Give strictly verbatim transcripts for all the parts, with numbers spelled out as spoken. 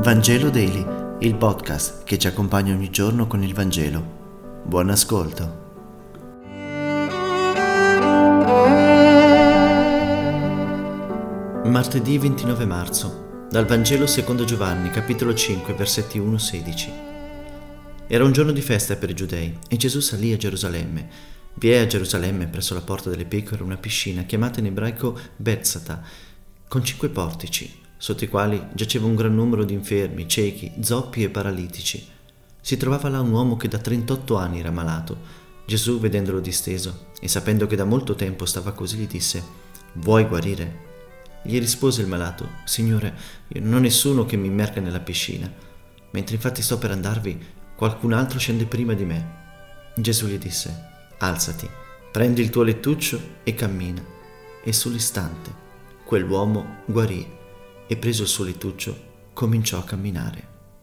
Vangelo Daily, il podcast che ci accompagna ogni giorno con il Vangelo. Buon ascolto. Martedì ventinove marzo, dal Vangelo secondo Giovanni, capitolo cinque, versetti uno sedici. Era un giorno di festa per i giudei e Gesù salì a Gerusalemme. Vi è a Gerusalemme, presso la porta delle pecore, una piscina chiamata in ebraico Betzata, con cinque portici, sotto i quali giaceva un gran numero di infermi, ciechi, zoppi e paralitici. Si trovava là un uomo che da trentotto anni era malato. Gesù, vedendolo disteso e sapendo che da molto tempo stava così, gli disse: «Vuoi guarire?» Gli rispose il malato: «Signore, io non ho nessuno che mi immerga nella piscina. Mentre infatti sto per andarvi, qualcun altro scende prima di me». Gesù gli disse: «Alzati, prendi il tuo lettuccio e cammina». E sull'istante quell'uomo guarì e preso il suo lettuccio cominciò a camminare.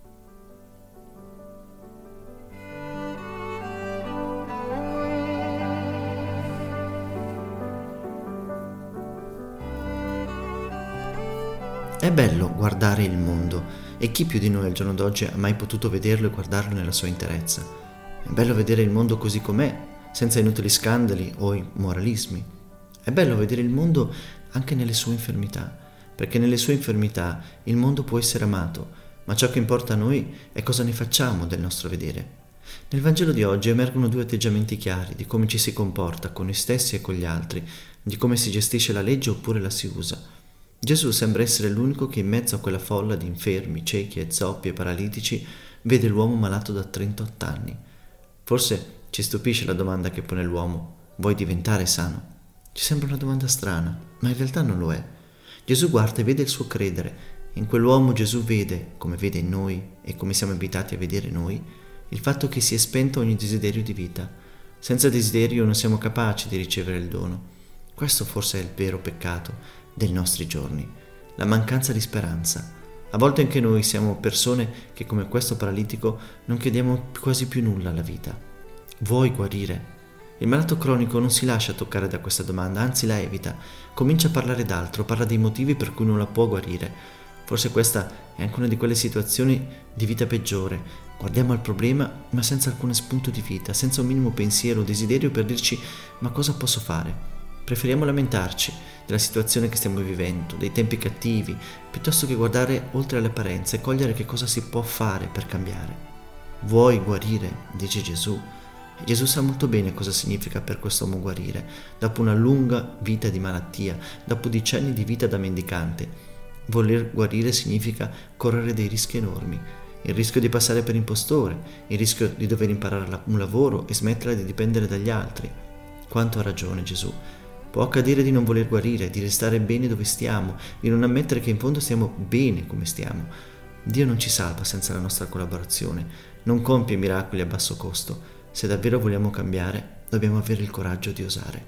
È bello guardare il mondo, e chi più di noi al giorno d'oggi ha mai potuto vederlo e guardarlo nella sua interezza? È bello vedere il mondo così com'è, senza inutili scandali o moralismi. È bello vedere il mondo anche nelle sue infermità, perché nelle sue infermità il mondo può essere amato, ma ciò che importa a noi è cosa ne facciamo del nostro vedere. Nel Vangelo di oggi emergono due atteggiamenti chiari di come ci si comporta con noi stessi e con gli altri, di come si gestisce la legge oppure la si usa. Gesù sembra essere l'unico che in mezzo a quella folla di infermi, ciechi e zoppi e paralitici vede l'uomo malato da trentotto anni. Forse ci stupisce la domanda che pone l'uomo: vuoi diventare sano? Ci sembra una domanda strana, ma in realtà non lo è. Gesù guarda e vede il suo credere. In quell'uomo Gesù vede, come vede in noi e come siamo abituati a vedere noi, il fatto che si è spento ogni desiderio di vita. Senza desiderio non siamo capaci di ricevere il dono. Questo forse è il vero peccato dei nostri giorni, la mancanza di speranza. A volte anche noi siamo persone che, come questo paralitico, non chiediamo quasi più nulla alla vita. Vuoi guarire? Il malato cronico non si lascia toccare da questa domanda, anzi la evita. Comincia a parlare d'altro, parla dei motivi per cui non la può guarire. Forse questa è anche una di quelle situazioni di vita peggiore. Guardiamo al problema ma senza alcun spunto di vita, senza un minimo pensiero o desiderio per dirci: ma cosa posso fare? Preferiamo lamentarci della situazione che stiamo vivendo, dei tempi cattivi, piuttosto che guardare oltre alle apparenze e cogliere che cosa si può fare per cambiare. Vuoi guarire? Dice Gesù. E Gesù sa molto bene cosa significa per quest'uomo guarire, dopo una lunga vita di malattia, dopo decenni di vita da mendicante. Voler guarire significa correre dei rischi enormi, il rischio di passare per impostore, il rischio di dover imparare un lavoro e smettere di dipendere dagli altri. Quanto ha ragione Gesù. Può accadere di non voler guarire, di restare bene dove stiamo, di non ammettere che in fondo stiamo bene come stiamo. Dio non ci salva senza la nostra collaborazione, non compie miracoli a basso costo. Se davvero vogliamo cambiare, dobbiamo avere il coraggio di osare.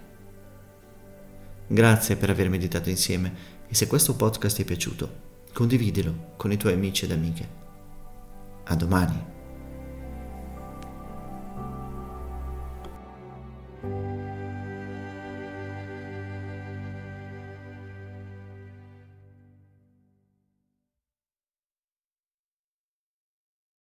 Grazie per aver meditato insieme, e se questo podcast ti è piaciuto, condividilo con i tuoi amici ed amiche. A domani!